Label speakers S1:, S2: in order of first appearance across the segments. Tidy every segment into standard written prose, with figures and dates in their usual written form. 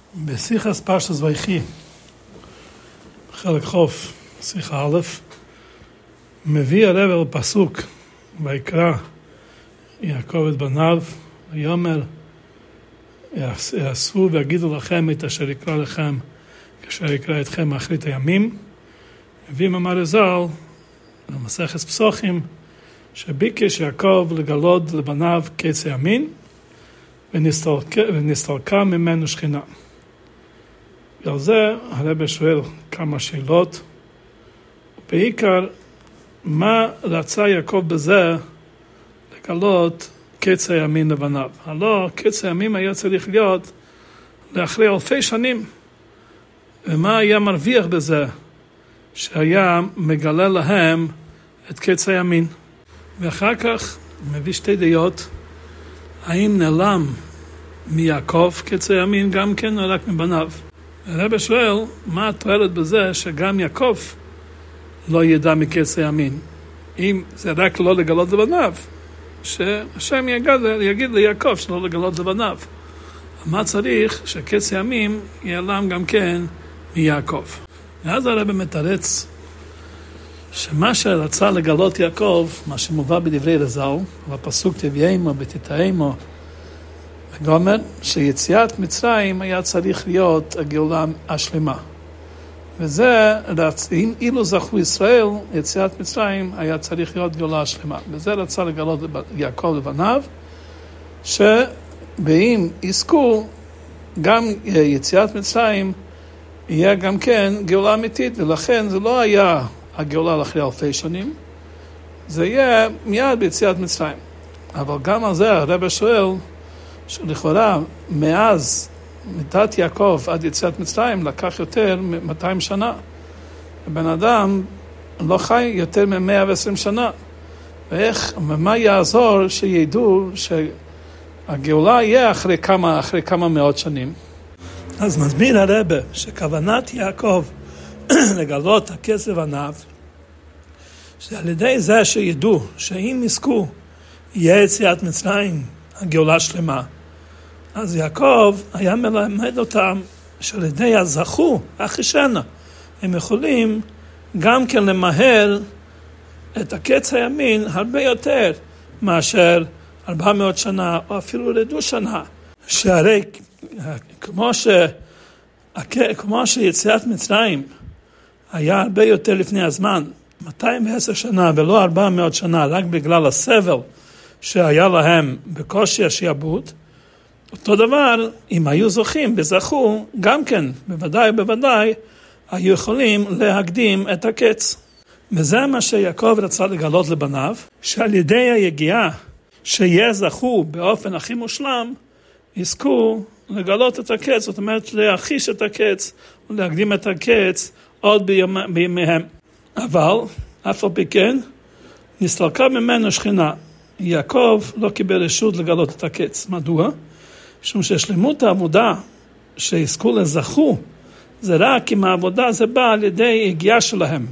S1: בשיחת פרשת ויחי, חלק חוף, שיחה א', מביא הרב על פסוק, ויקרא יעקב את בניו, ויאמר, יאספו ויגידו לכם את אשר יקרא לכם, כאשר יקרא אתכם מאחרית הימים. מביא מאמר רז"ל, למסכת פסוחים, שביקש יעקב לגלות לבניו קץ הימין, ונסתלקה ממנו שכינה. ועל זה הרב שואל כמה שאלות, ובעיקר, מה רצה יעקב בזה לגלות קץ הימין לבניו? הלא, קץ הימים היה צריך להיות לאחרי אלפי שנים. ומה היה מרוויח בזה? שהיה מגלה להם את קץ הימין. ואחר כך מביא שתי דעות, האם נעלם מיעקב קץ הימין גם כן או רק מבניו? הרב שואל, מה התועלת בזה שגם יעקב לא ידע מקץ הימין? אם זה רק לא לגלות לבניו, שהשם יגיד ליעקב שלא לגלות לבניו. מה צריך שקץ הימים ייעלם גם כן מיעקב? ואז הרב מתרץ שמה שרצה לגלות יעקב, מה שמובא בדברי רז"ל, בפסוק תביאמו בתתאמו, וגומר שיציאת מצרים היה צריך להיות הגאולה השלמה. וזה, אילו זכו ישראל, יציאת מצרים היה צריך להיות גאולה השלמה. וזה רצה לגלות יעקב לבניו, שבאים יזכו, גם יציאת מצרים יהיה גם כן גאולה אמיתית, ולכן זה לא היה הגאולה אחרי אלפי שנים, זה יהיה מיד ביציאת מצרים. אבל גם על זה הרב שואל, שלכאורה מאז מיתת יעקב עד יציאת מצרים לקח יותר מ-200 שנה. הבן אדם לא חי יותר מ-120 שנה. ומה יעזור שידעו שהגאולה יהיה אחרי כמה מאות שנים? אז מסביר הרב שכוונת יעקב לגלות הקץ לבניו, שעל ידי זה שידעו שאם יזכו יהיה יציאת מצרים הגאולה שלמה, אז יעקב היה מלמד אותם שעל ידי הזכו, החישנה, הם יכולים גם כן למהר את הקץ הימין הרבה יותר מאשר 400 שנה או אפילו רדו שנה. שהרי כמו שיציאת מצרים היה הרבה יותר לפני הזמן, 210 שנה ולא 400 שנה, רק בגלל הסבל שהיה להם בקושי השעבוד, אותו דבר, אם היו זוכים וזכו, גם כן, בוודאי, היו יכולים להקדים את הקץ. וזה מה שיעקב רצה לגלות לבניו, שעל ידי היגיעה שיהיה זכו באופן הכי מושלם, יזכו לגלות את הקץ, זאת אומרת להחיש את הקץ, ולהקדים את הקץ עוד בימיהם. אבל, אף על פי כן, נסתלקה ממנו שכינה. יעקב לא קיבל רשות לגלות את הקץ. מדוע? משום ששלמות העבודה שיזכו לזכו, זה רק אם העבודה זה בא על ידי הגיעה שלהם,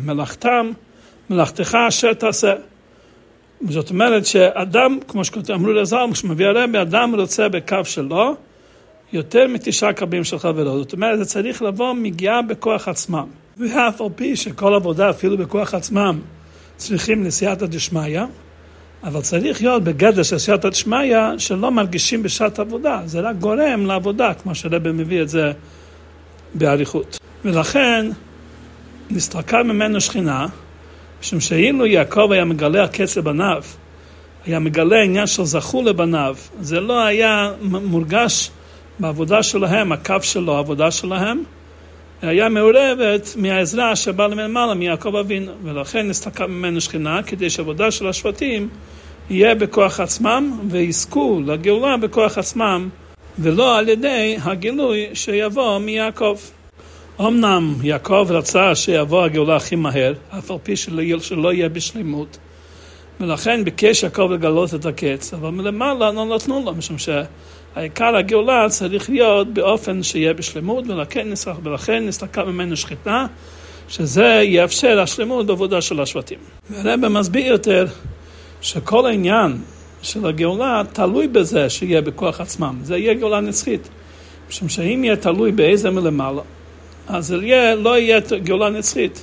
S1: מלאכתך אשר תעשה. זאת אומרת שאדם, כמו שאמרו לז"ל, כשמביא הרב, אדם רוצה בקו שלו, יותר מ9 קבים של חברו. זאת אומרת, זה צריך לבוא מגיעה בכוח עצמם. ואף על פי שכל עבודה, אפילו בכוח עצמם, צריכים לסייעתא דשמיא, אבל צריך להיות בגדר של סייעתא דשמיא שלא מרגישים בשעת עבודה. זה רק גורם לעבודה, כמו שהרב מביא את זה באריכות. ולכן נסתלקה ממנו שכינה, משום שאילו יעקב היה מגלה הקץ לבניו, היה מגלה עניין של זכו לבניו, זה לא היה מורגש בעבודה שלהם, הקו שלו, העבודה שלהם, היה מעורבת מהעזרה שבאה למעלה מיעקב אבינו, ולכן נסתלקה ממנו שכינה, כדי שהעבודה של השבטים יהיה בכוח עצמם, ויזכו לגאולה בכוח עצמם, ולא על ידי הגילוי שיבוא מיעקב. אמנם יעקב רצה שיבוא הגאולה הכי מהר, אף על פי שלא יהיה בשלמות, ולכן ביקש יעקב לגלות את הקץ, אבל מלמעלה לא נתנו לו, משום שהעיקר הגאולה צריך להיות באופן שיהיה בשלמות, ולכן נסתלקה ממנו שכינה, שזה יאפשר השלמות בעבודה של השבטים. והרב מסביר יותר שכל העניין של הגאולה תלוי בזה שיהיה בכוח עצמם. זה יהיה גאולה נצחית. משום שאם יהיה תלוי באיזה מלמעלה, אז לא יהיה גאולה נצחית.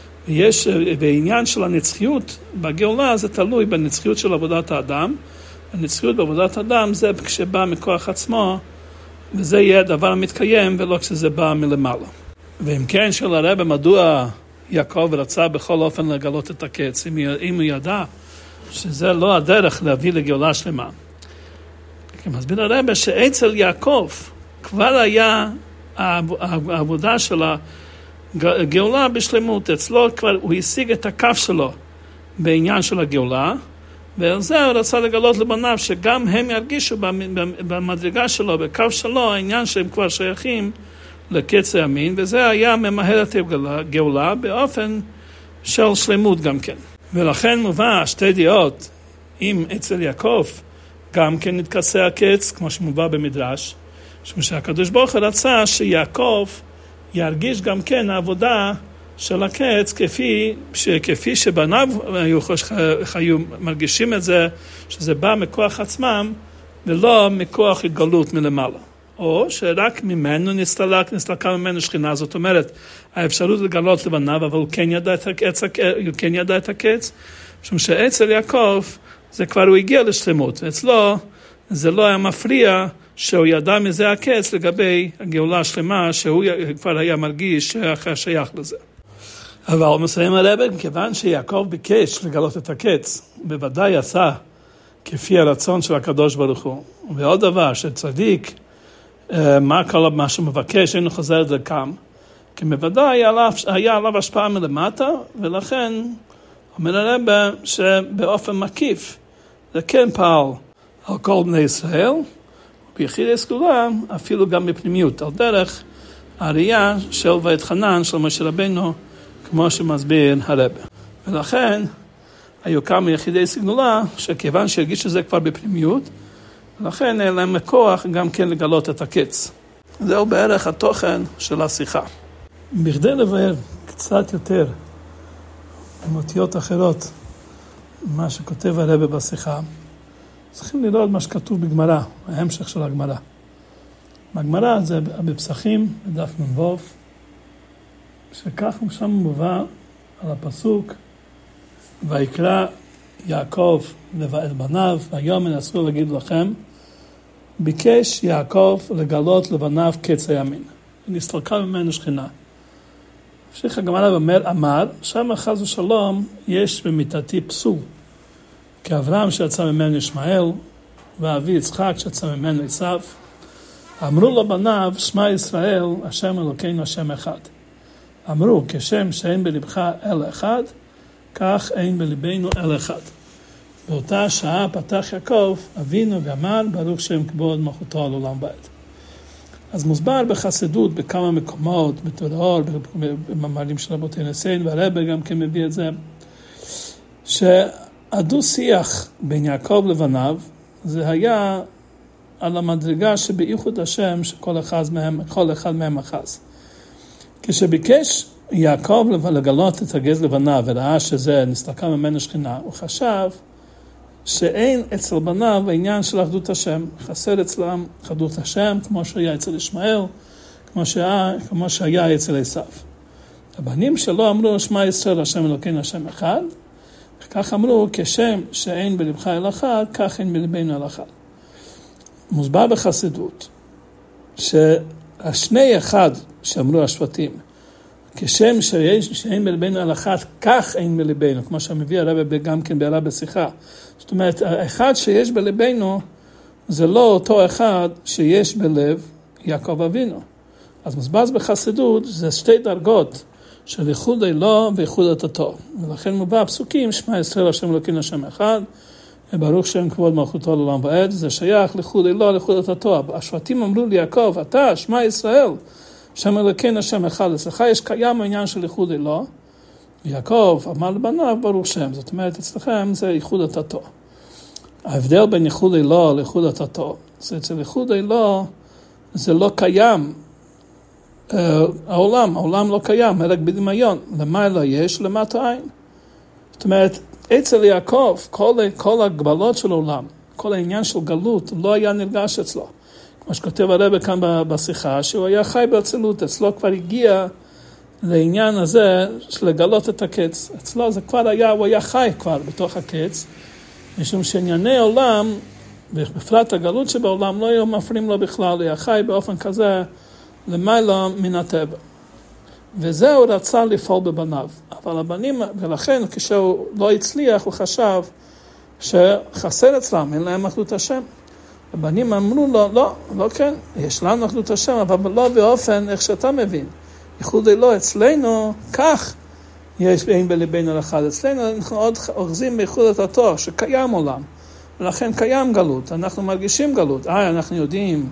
S1: בעניין של הנצחיות בגאולה זה תלוי בנצחיות של עבודת האדם. הנצחיות בעבודת האדם זה כשבא מכוח עצמו, וזה יהיה הדבר המתקיים ולא כשזה בא מלמעלה. ואם כן של הרב, מדוע יעקב רצה בכל אופן לגלות את הקץ, אם הוא ידע שזה לא הדרך להביא לגאולה שלמה. מסביר הרב שאצל יעקב כבר היה העבודה של הגאולה בשלמות. אצלו כבר הוא השיג את הקו שלו בעניין של הגאולה, ועל זה הוא רצה לגלות לבניו שגם הם ירגישו במדרגה שלו, בקו שלו, העניין שהם כבר שייכים לקץ הימין, וזה היה ממהר את הגאולה באופן של שלמות גם כן. ולכן מובא שתי דעות, אם אצל יעקב גם כן נתכסה הקץ, כמו שמובא במדרש, שהקדוש ברוך הוא רצה שיעקב ירגיש גם כן העבודה של הקץ כפי שבניו היו מרגישים את זה, שזה בא מכוח עצמם ולא מכוח התגלות מלמעלה. או שרק ממנו נסתלקה ממנו שכינה, זאת אומרת, האפשרות לגלות לבניו, אבל הוא כן ידע את הקץ, משום שאצל יעקב זה כבר הוא הגיע לשלמות, אצלו זה לא היה מפריע שהוא ידע מזה הקץ לגבי הגאולה השלמה, שהוא כבר היה מרגיש שייך לזה. אבל מסיים הרב, כיוון שיעקב ביקש לגלות את הקץ, בוודאי עשה כפי הרצון של הקדוש ברוך הוא. ועוד דבר, שצדיק, מה שמבקש, אינו חוזר את זה כאן, כי בוודאי היה עליו השפעה מלמטה, ולכן אומר הרב שבאופן מקיף, זה כן פעל על כל בני ישראל, ביחידי סגולה, אפילו גם בפנימיות, על דרך הראייה של ואתחנן של משה רבנו, כמו שמסביר הרב. ולכן היו כמה יחידי סגולה, שכיוון שהרגישו זה כבר בפנימיות, ולכן היה להם הכוח גם כן לגלות את הקץ. זהו בערך התוכן של השיחה. בכדי לבאר קצת יותר עם אותיות אחרות, מה שכותב הרב בשיחה, צריכים לראות מה שכתוב בגמרא, ההמשך של הגמרא. בגמרא זה בפסחים, בדף נ"ו, שכך שם מובא על הפסוק, ויקרא יעקב אל בניו, ויאמר אסור להגיד לכם, ביקש יעקב לגלות לבניו קץ הימין. ונסתלקה ממנו שכינה. המשיך הגמרא אמר, שם חס ושלום יש במיתתי פסול. כאברהם שיצא ממנו ישמעאל, ואבי יצחק שיצא ממנו עשיו, אמרו לבניו, שמע ישראל, השם אלוקינו השם אחד. אמרו, כשם שאין בלבך אל אחד, כך אין בלבנו אל אחד. באותה שעה פתח יעקב, אבינו ואמר, ברוך שם כבוד מלכותו על עולם ועד. אז מוסבר בחסידות בכמה מקומות, בתורה, במאמרים של רבותינו ניסיין, והרב גם כן מביא את זה, שהדו-שיח בין יעקב לבניו, זה היה על המדרגה שבייחוד השם שכל אחד מהם אחז. כשביקש יעקב לגלות את הגז לבניו וראה שזה נסתלקה ממנו שכינה, הוא חשב שאין אצל בניו העניין של אחדות השם, חסר אצלם אחדות השם כמו שהיה אצל ישמעאל, כמו שהיה אצל עשיו. הבנים שלו אמרו שמע ישראל השם אלוקינו השם אחד, וכך אמרו כשם שאין בלבך אל אחד, כך אין בלבנו אל אחד. מוסבר בחסידות שהשני אחד שאמרו השבטים, כשם שאין בלבנו על אחת, כך אין בלבנו, כמו שמביא הרב גם כן בעלה בשיחה. זאת אומרת, האחד שיש בלבנו, זה לא אותו אחד שיש בלב יעקב אבינו. אז מסבז בחסידות, זה שתי דרגות של ייחוד אלוה וייחוד התתו. ולכן מובא הפסוקים, שמע ישראל השם אלוקינו השם אחד, ברוך שם כבוד מלכותו לעולם ועד, זה שייך לייחוד אלוה, לייחוד התתו. השבטים אמרו ליעקב, אתה, שמע ישראל, שם אלוקינו השם אחד, אצלך יש קיים העניין של ייחוד אלוה, ויעקב אמר לבניו ברוך שם, זאת אומרת אצלכם זה ייחוד התתו. ההבדל בין ייחוד אלוה לייחוד התתו, זה אצל ייחוד אלוה זה לא קיים, העולם לא קיים, רק בדמיון, למעלה יש, למטה אין. זאת אומרת, אצל יעקב, כל הגבלות של העולם, כל העניין של גלות לא היה נרגש אצלו. מה שכותב הרב כאן בשיחה, שהוא היה חי באצילות, אצלו כבר הגיע לעניין הזה של לגלות את הקץ. אצלו זה כבר היה, הוא היה חי כבר בתוך הקץ, משום שענייני עולם, בפרט הגלות שבעולם, לא היו מפריעים לו בכלל, הוא היה חי באופן כזה למעלה מן הטבע. וזה הוא רצה לפעול בבניו. אבל הבנים, ולכן כשהוא לא הצליח, הוא חשב שחסר אצלם, אין להם אחדות השם. הבנים אמרו לו, לא כן, יש לנו אחדות השם, אבל לא באופן איך שאתה מבין. ייחוד אלוה אצלנו, כך יש בין בלבינו אחד. אצלנו אנחנו עוד אוחזים בייחוד את התואר, שקיים עולם. ולכן קיים גלות, אנחנו מרגישים גלות. אנחנו יודעים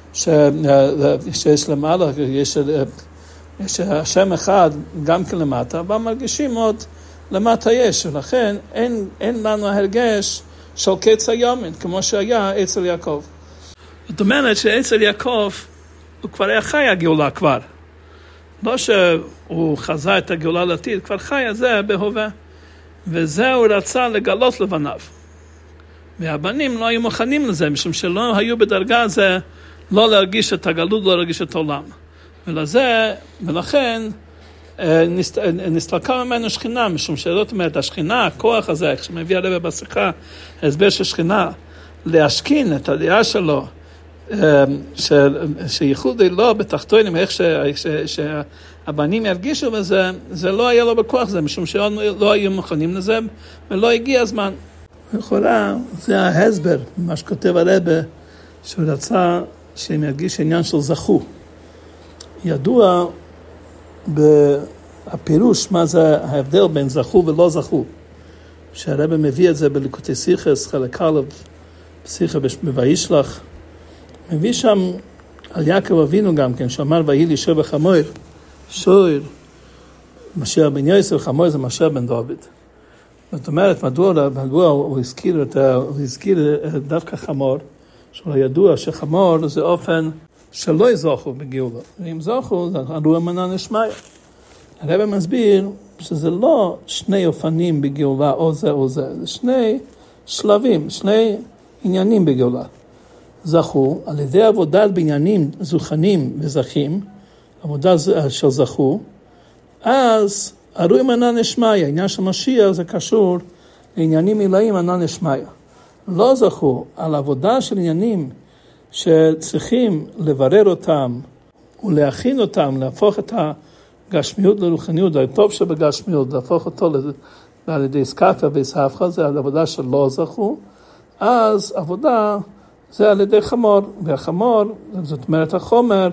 S1: שיש למעלה, יש השם אחד גם כן למטה, אבל מרגישים עוד למטה יש, ולכן אין לנו הרגש של קץ היומן, כמו שהיה אצל יעקב. זאת אומרת שאצל יעקב הוא כבר היה חי הגאולה כבר. לא שהוא חזה את הגאולה לעתיד, כבר חי הזה בהווה. וזה הוא רצה לגלות לבניו. והבנים לא היו מוכנים לזה, משום שלא היו בדרגה הזה לא להרגיש את הגלות, לא להרגיש את העולם. ולכן נסתלקה ממנו שכינה, משום שזאת אומרת, השכינה, הכוח הזה, כשמביא הרב בשיחה, ההסבר של שכינה, להשכין את הדעה שלו, שייחוד אלוה בתחתונים, איך שהבנים ירגישו בזה, זה לא היה לו בכוח זה, משום שלא היו מוכנים לזה, ולא הגיע הזמן. לכאורה, זה ההסבר, מה שכותב הרב, שהוא רצה שהם ירגיש עניין של זכו. ידוע בפירוש מה זה ההבדל בין זכו ולא זכו. שהרב מביא את זה בליקוטי סיכס, חלק א', בשיחה בוישלח, מביא שם על יעקב אבינו גם כן, שאמר ויהי לי שבע חמור, שור, משיח בן יוסף, חמור זה משיח בן דוד. זאת אומרת, מדוע הוא הזכיר דווקא חמור, שהוא ידוע שחמור זה אופן שלא יזוכו בגאולה. ואם זוכו, זה ארוע מנה נשמיה. הרב מסביר שזה לא שני אופנים בגאולה, או זה או זה. זה שני שלבים, שני עניינים בגאולה. זכו, על ידי עבודת בעניינים זוכנים וזכים, עבודה של זכו, אז ארוע מנה נשמיה, העניין של משיח זה קשור לעניינים עילאיים מנה נשמיה. לא זכו על עבודה של עניינים שצריכים לברר אותם ולהכין אותם, להפוך את הגשמיות לרוחניות, הטוב שבגשמיות, להפוך אותו על ידי סקאפה וסהפכה, זה על עבודה שלא זכו, אז עבודה זה על ידי חמור, והחמור, זאת אומרת החומר,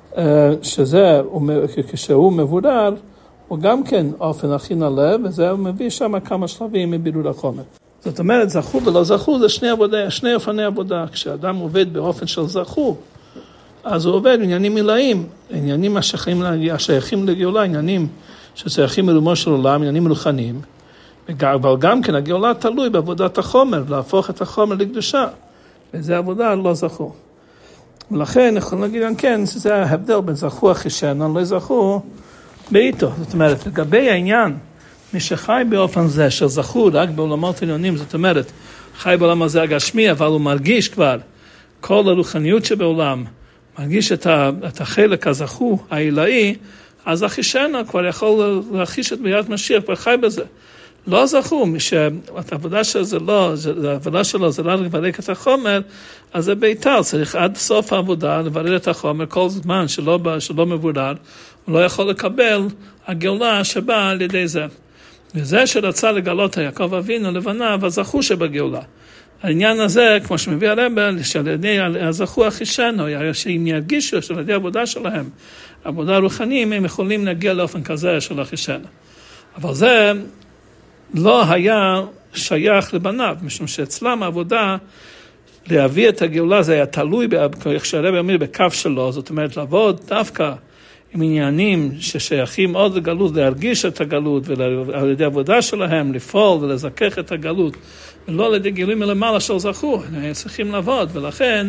S1: שזה, כשהוא מבורר, הוא גם כן אופן הכין הלב, וזה מביא שם כמה שלבים מבירור החומר. זאת אומרת, זכו ולא זכו, זה שני אופני עבודה. כשאדם עובד באופן של זכו, אז הוא עובד עניינים עילאיים, עניינים השייכים לגאולה, עניינים ששייכים לרומו של עולם, עניינים רוחניים. אבל גם כן, הגאולה תלוי בעבודת החומר, להפוך את החומר לקדושה. וזה עבודה לא זכו. ולכן, יכולים להגיד גם כן, שזה ההבדל בין זכו החישנו, לא זכו בעיתו. זאת אומרת, לגבי העניין, מי שחי באופן זה, שזכו רק בעולמות עליונים, זאת אומרת, חי בעולם הזה הגשמי, אבל הוא מרגיש כבר כל הרוחניות שבעולם, מרגיש את החלק הזכו, העילאי, אז החישנו כבר יכול להחיש את ביאת משיח, כבר חי בזה. לא זכו, שהעבודה שלו זה לא לברר את החומר, אז זה ביתר, צריך עד סוף העבודה לברר את החומר, כל זמן שלא מבורר, הוא לא יכול לקבל הגאולה שבאה על ידי זה. וזה שרצה לגלות יעקב אבינו לבניו, הזכו שבגאולה. העניין הזה, כמו שמביא הרב, שעל ידי הזכו החישנו, שאם ירגישו שעל ידי העבודה שלהם, עבודה רוחניים, הם יכולים להגיע לאופן כזה של החישנו. אבל זה לא היה שייך לבניו, משום שאצלם העבודה להביא את הגאולה, זה היה תלוי, איך שהרב אומר, בקו שלו, זאת אומרת, לעבוד דווקא עם עניינים ששייכים עוד לגלות, להרגיש את הגלות, ועל ידי עבודה שלהם, לפעול ולזכך את הגלות, ולא על ידי גילויים מלמעלה של זכו, הם צריכים לעבוד, ולכן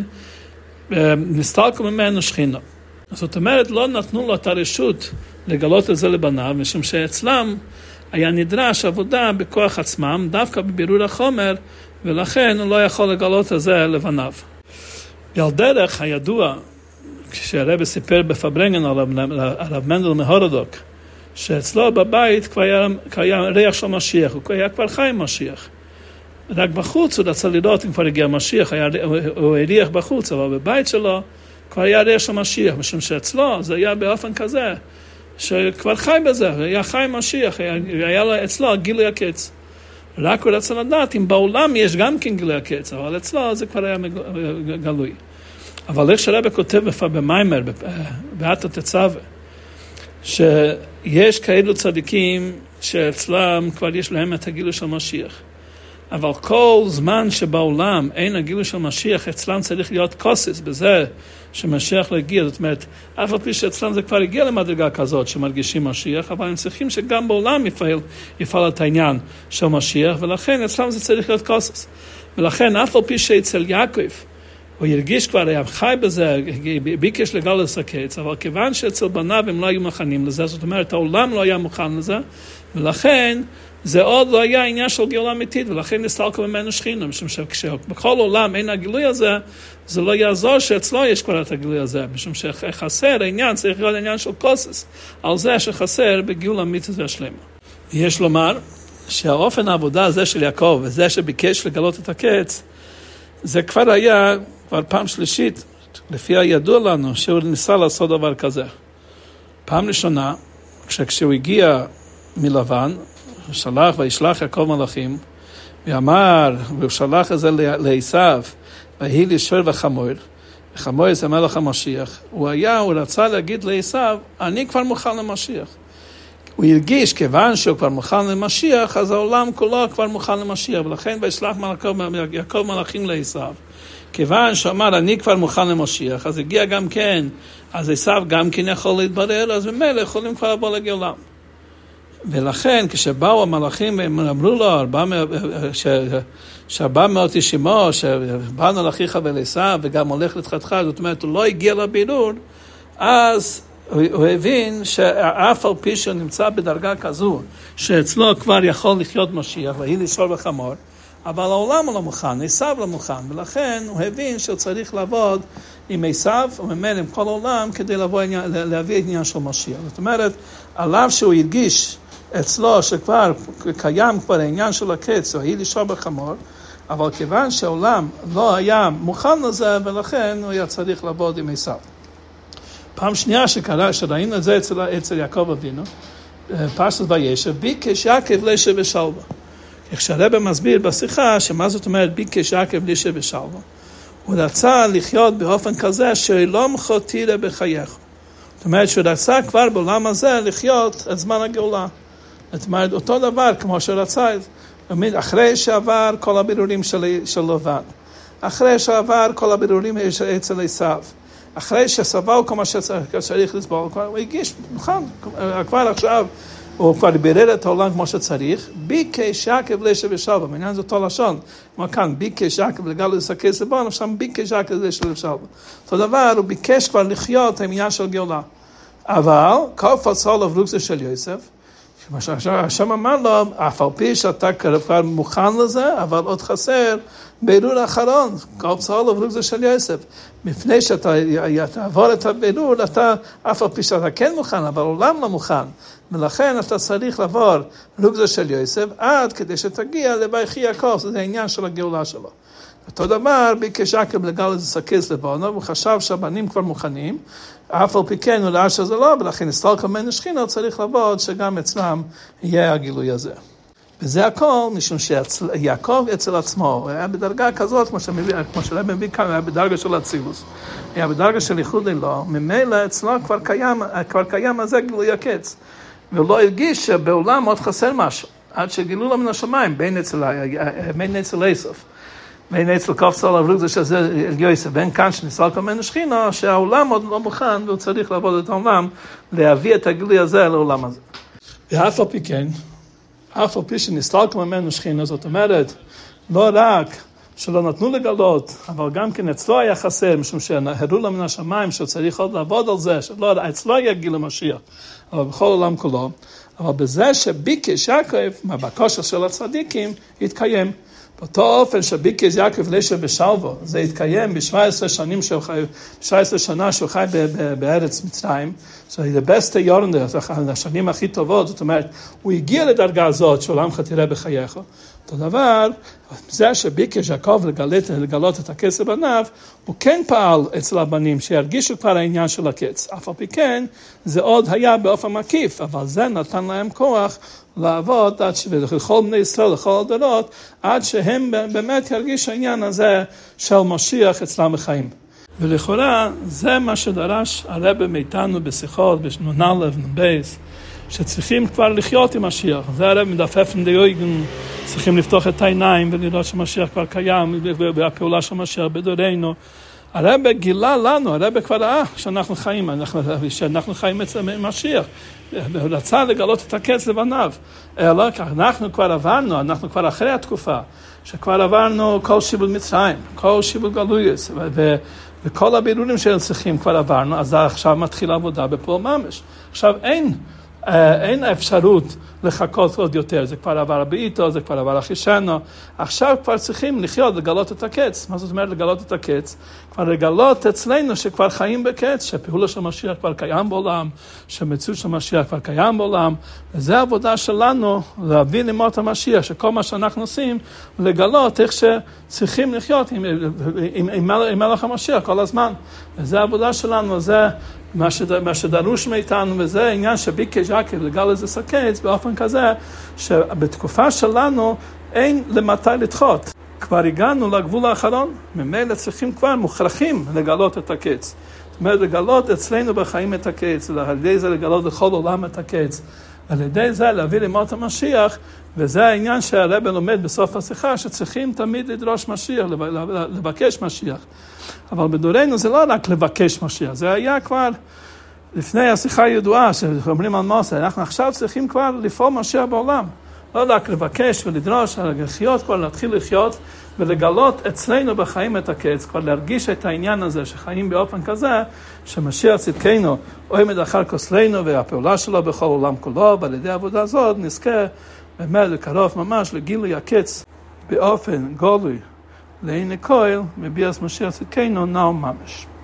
S1: נסתלקו ממנו שכינה. זאת אומרת, לא נתנו לו את הרשות לגלות את זה לבניו, משום שאצלם היה נדרש עבודה בכוח עצמם, דווקא בבירור החומר, ולכן הוא לא יכול לגלות את זה לבניו. ועל דרך הידוע, כשהרבא סיפר בפברנגן על הרב מנדל מהורדוק, שאצלו בבית כבר היה ריח של משיח, הוא היה כבר חי משיח. רק בחוץ הוא רצה לראות אם כבר הגיע משיח, הוא הריח בחוץ, אבל בבית שלו כבר היה ריח של משיח, משום שאצלו זה היה באופן כזה, שכבר חי בזה, היה חי משיח, היה אצלו גילוי הקץ. רק הוא רצה לדעת אם בעולם יש גם כן גילוי הקץ, אבל אצלו זה כבר היה גלוי. אבל איך שהרבא כותב במיימר, בעת התצווה, שיש כאלו צדיקים שאצלם כבר יש להם את הגילוי של משיח. אבל כל זמן שבעולם אין הגילוי של משיח, אצלם צריך להיות קוסס בזה שמשיח לא הגיע. זאת אומרת, אף על פי שאצלם זה כבר הגיע למדרגה כזאת שמרגישים משיח, אבל הם צריכים שגם בעולם יפעל את העניין של משיח, ולכן אצלם זה צריך להיות קוסס. ולכן אף על פי שאצל יעקב, הוא הרגיש כבר, היה חי בזה, ביקש לגלות הקץ, אבל כיוון שאצל בניו הם לא היו מוכנים לזה, זאת אומרת, העולם לא היה מוכן לזה, ולכן זה עוד לא היה עניין של גאולה אמיתית, ולכן נסתלקו ממנו שכינה, משום שבכל עולם אין הגילוי הזה, זה לא יעזור שאצלו יש כבר את הגילוי הזה, משום שחסר העניין, צריך להיות עניין של קוסס, על זה שחסר בגאולה אמיתית והשלמה. יש לומר שהאופן העבודה הזה של יעקב, וזה שביקש לגלות את הקץ, זה כבר היה, כבר פעם שלישית, לפי הידוע לנו, שהוא ניסה לעשות דבר כזה. פעם ראשונה, כשהוא הגיע מלבן, הוא שלח וישלח יעקב מלאכים, ואמר, והוא שלח את זה לעשיו, ויהי לי שור וחמור, וחמור זה מלך המשיח. הוא רצה להגיד לעשיו, אני כבר מוכן למשיח. הוא הרגיש, כיוון שהוא כבר מוכן למשיח, אז העולם כולו כבר מוכן למשיח, ולכן וישלח יעקב מלאכים לעשיו. כיוון שאמר, אני כבר מוכן למשיח, אז הגיע גם כן, אז עשיו גם כן יכול להתברר, אז במילא יכולים כבר לבוא לגאולה. ולכן, כשבאו המלאכים והם אמרו לו, 400 אישימו, שבאנו לאחיך ולעשיו, וגם הולך לתחתך, זאת אומרת, הוא לא הגיע לבירור, אז הוא הבין שאף על פי שהוא נמצא בדרגה כזו, שאצלו כבר יכול לחיות משיח, ויהי לי שור וחמור, אבל העולם לא מוכן, עשיו לא מוכן, ולכן הוא הבין שהוא צריך לעבוד עם עשיו, וממילא עם כל העולם, כדי להביא עניין של משיח. זאת אומרת, עליו שהוא הרגיש אצלו שכבר קיים כבר העניין של הקץ, ויהי לי שור וחמור, אבל כיוון שהעולם לא היה מוכן לזה, ולכן הוא היה צריך לעבוד עם עשיו. פעם שנייה שראינו את זה אצל יעקב אבינו, פרשת וישב, ביקש יעקב לשב בשלווה. כשהרבא מסביר בשיחה, שמה זאת אומרת ביקש יעקב לשב בשלווה? הוא רצה לחיות באופן כזה שלא מחותירה בחייך. זאת אומרת שהוא רצה כבר בעולם הזה לחיות את זמן הגאולה. זאת אומרת אותו דבר כמו שרצה, אחרי שעבר כל הבירורים של לבן, אחרי שעבר כל הבירורים אצל עשיו, אחרי שסבל כל מה שצריך לסבול, הוא הגיש, נכון, כבר עכשיו הוא כבר בירר את העולם כמו שצריך, ביקש יעקב לשב בשלווה, בעניין זה אותו לשון, כמו כאן, ביקש יעקב לגלות הקץ לבון, עכשיו ביקש יעקב לשב בשלווה. אותו דבר, הוא ביקש כבר לחיות עם עניין של גאולה. אבל, קופץ עליו רוגזה של יוסף, השם אמר לו, אף על פי שאתה כבר מוכן לזה, אבל עוד חסר בירור האחרון, קופץ עליו רוגזה של יוסף. מפני שאתה תעבור את הבירור, אתה, אף על פי שאתה כן מוכן, אבל עולם לא מוכן. ולכן אתה צריך לעבור רוגזה של יוסף, עד כדי שתגיע לבייחי יעקב, זה העניין של הגאולה שלו. אותו דבר, ביקש יעקב לגלות הקץ לבונו, הוא חשב שהבנים כבר מוכנים, אף על פי כן הוא ראה שזה לא, ולכן נסתלקו ממנו שכינה, צריך לעבוד שגם אצלם יהיה הגילוי הזה. וזה הכל, משום שיעקב אצל עצמו, היה בדרגה כזאת, כמו שרבא מביא כאן, היה בדרגה של אצילוס, היה בדרגה של ייחוד אלוה, ממילא אצלו כבר קיים הזה גילוי הקץ, ולא הרגיש שבעולם עוד חסר משהו, עד שגילו לו מן השמיים, בין אצל איסוף, בין אצל קופץ עליו רוגזה שזה יוסף, בין כאן שנסתלקו ממנו שכינה, שהעולם עוד לא מוכן, והוא צריך לעבוד את העולם, להביא את הגילוי הזה לעולם הזה. ואף על פי כן, אף על פי שנסתלקו ממנו שכינה, זאת אומרת, לא רק שלא נתנו לגלות, אבל גם כן אצלו היה חסר, משום שהראו לו מן השמיים שצריך עוד לעבוד על זה, אצלו היה גיל המשיח, אבל בכל עולם כולו, אבל בזה שביקש יעקב, מהבקשה של הצדיקים, התקיים. באותו אופן שביקש יעקב לשב בשלבו, זה התקיים ב-17 שנה שהוא חי בארץ מצרים, זה בסטה יורנדה, השנים הכי טובות, זאת אומרת, הוא הגיע לדרגה הזאת שעולמך תראה בחייך. אותו דבר, זה שביקש יעקב לגלות את הקץ לבניו, הוא כן פעל אצל הבנים שירגישו כבר העניין של הקץ. אף על פי כן, זה עוד היה באופן מקיף, אבל זה נתן להם כוח לעבוד לכל בני ישראל, לכל הדורות, עד שהם באמת ירגישו העניין הזה של משיח אצלם בחיים. ולכאורה, זה מה שדרש הרב מאיתנו בשיחות, בשנון א' נבייס, שצריכים כבר לחיות עם משיח. זה הרב מדפף דיוגן, צריכים לפתוח את העיניים ולראות שמשיח כבר קיים, והפעולה של משיח בדורנו. הרב גילה לנו, הרב כבר ראה שאנחנו חיים אצל משיח. הוא רצה לגלות את הקץ לבניו. אלא אנחנו כבר עברנו, אנחנו כבר אחרי התקופה, שכבר עברנו כל שיבול מצרים, כל שיבול גלויוס, וכל הבירורים שצריכים כבר עברנו, אז עכשיו מתחילה עבודה בפועל ממש. עכשיו אין אפשרות לחכות עוד יותר, זה כבר עבר בעיתו, זה כבר עבר אחישנו, עכשיו כבר צריכים לחיות, לגלות את הקץ. מה זאת אומרת לגלות את הקץ? כבר לגלות אצלנו שכבר חיים בקץ, שפעולה של משיח כבר קיים בעולם, שמציאות של משיח כבר קיים בעולם, וזה העבודה שלנו, להביא למות המשיח, שכל מה שאנחנו עושים, לגלות איך שצריכים לחיות עם מלך המשיח כל הזמן. וזה העבודה שלנו, זה מה שדרוש מאיתנו, וזה העניין שביקש יעקב לגל איזה סקץ באופן כזה, שבתקופה שלנו אין למתי לדחות. כבר הגענו לגבול האחרון, ממילא צריכים כבר מוכרחים לגלות את הקץ. זאת אומרת, לגלות אצלנו בחיים את הקץ, על ידי זה לגלות לכל עולם את הקץ, על ידי זה להביא למות המשיח, וזה העניין שהרב לומד בסוף השיחה, שצריכים תמיד לדרוש משיח, לבקש משיח. אבל בדורנו זה לא רק לבקש משיח, זה היה כבר לפני השיחה הידועה, שאומרים על מוסה, אנחנו עכשיו צריכים כבר לפעול משיח בעולם. לא רק לבקש ולדרוש, אלא לחיות, כבר להתחיל לחיות, ולגלות אצלנו בחיים את הקץ, כבר להרגיש את העניין הזה, שחיים באופן כזה, שמשיח צדקנו, עומד אחר כוסלנו, והפעולה שלו בכל עולם כולו, ועל ידי העבודה הזאת נזכה באמת לקרוב ממש לגילוי הקץ, באופן גולוי, לעיני כל, מביאס משיח צדקנו, נאו ממש.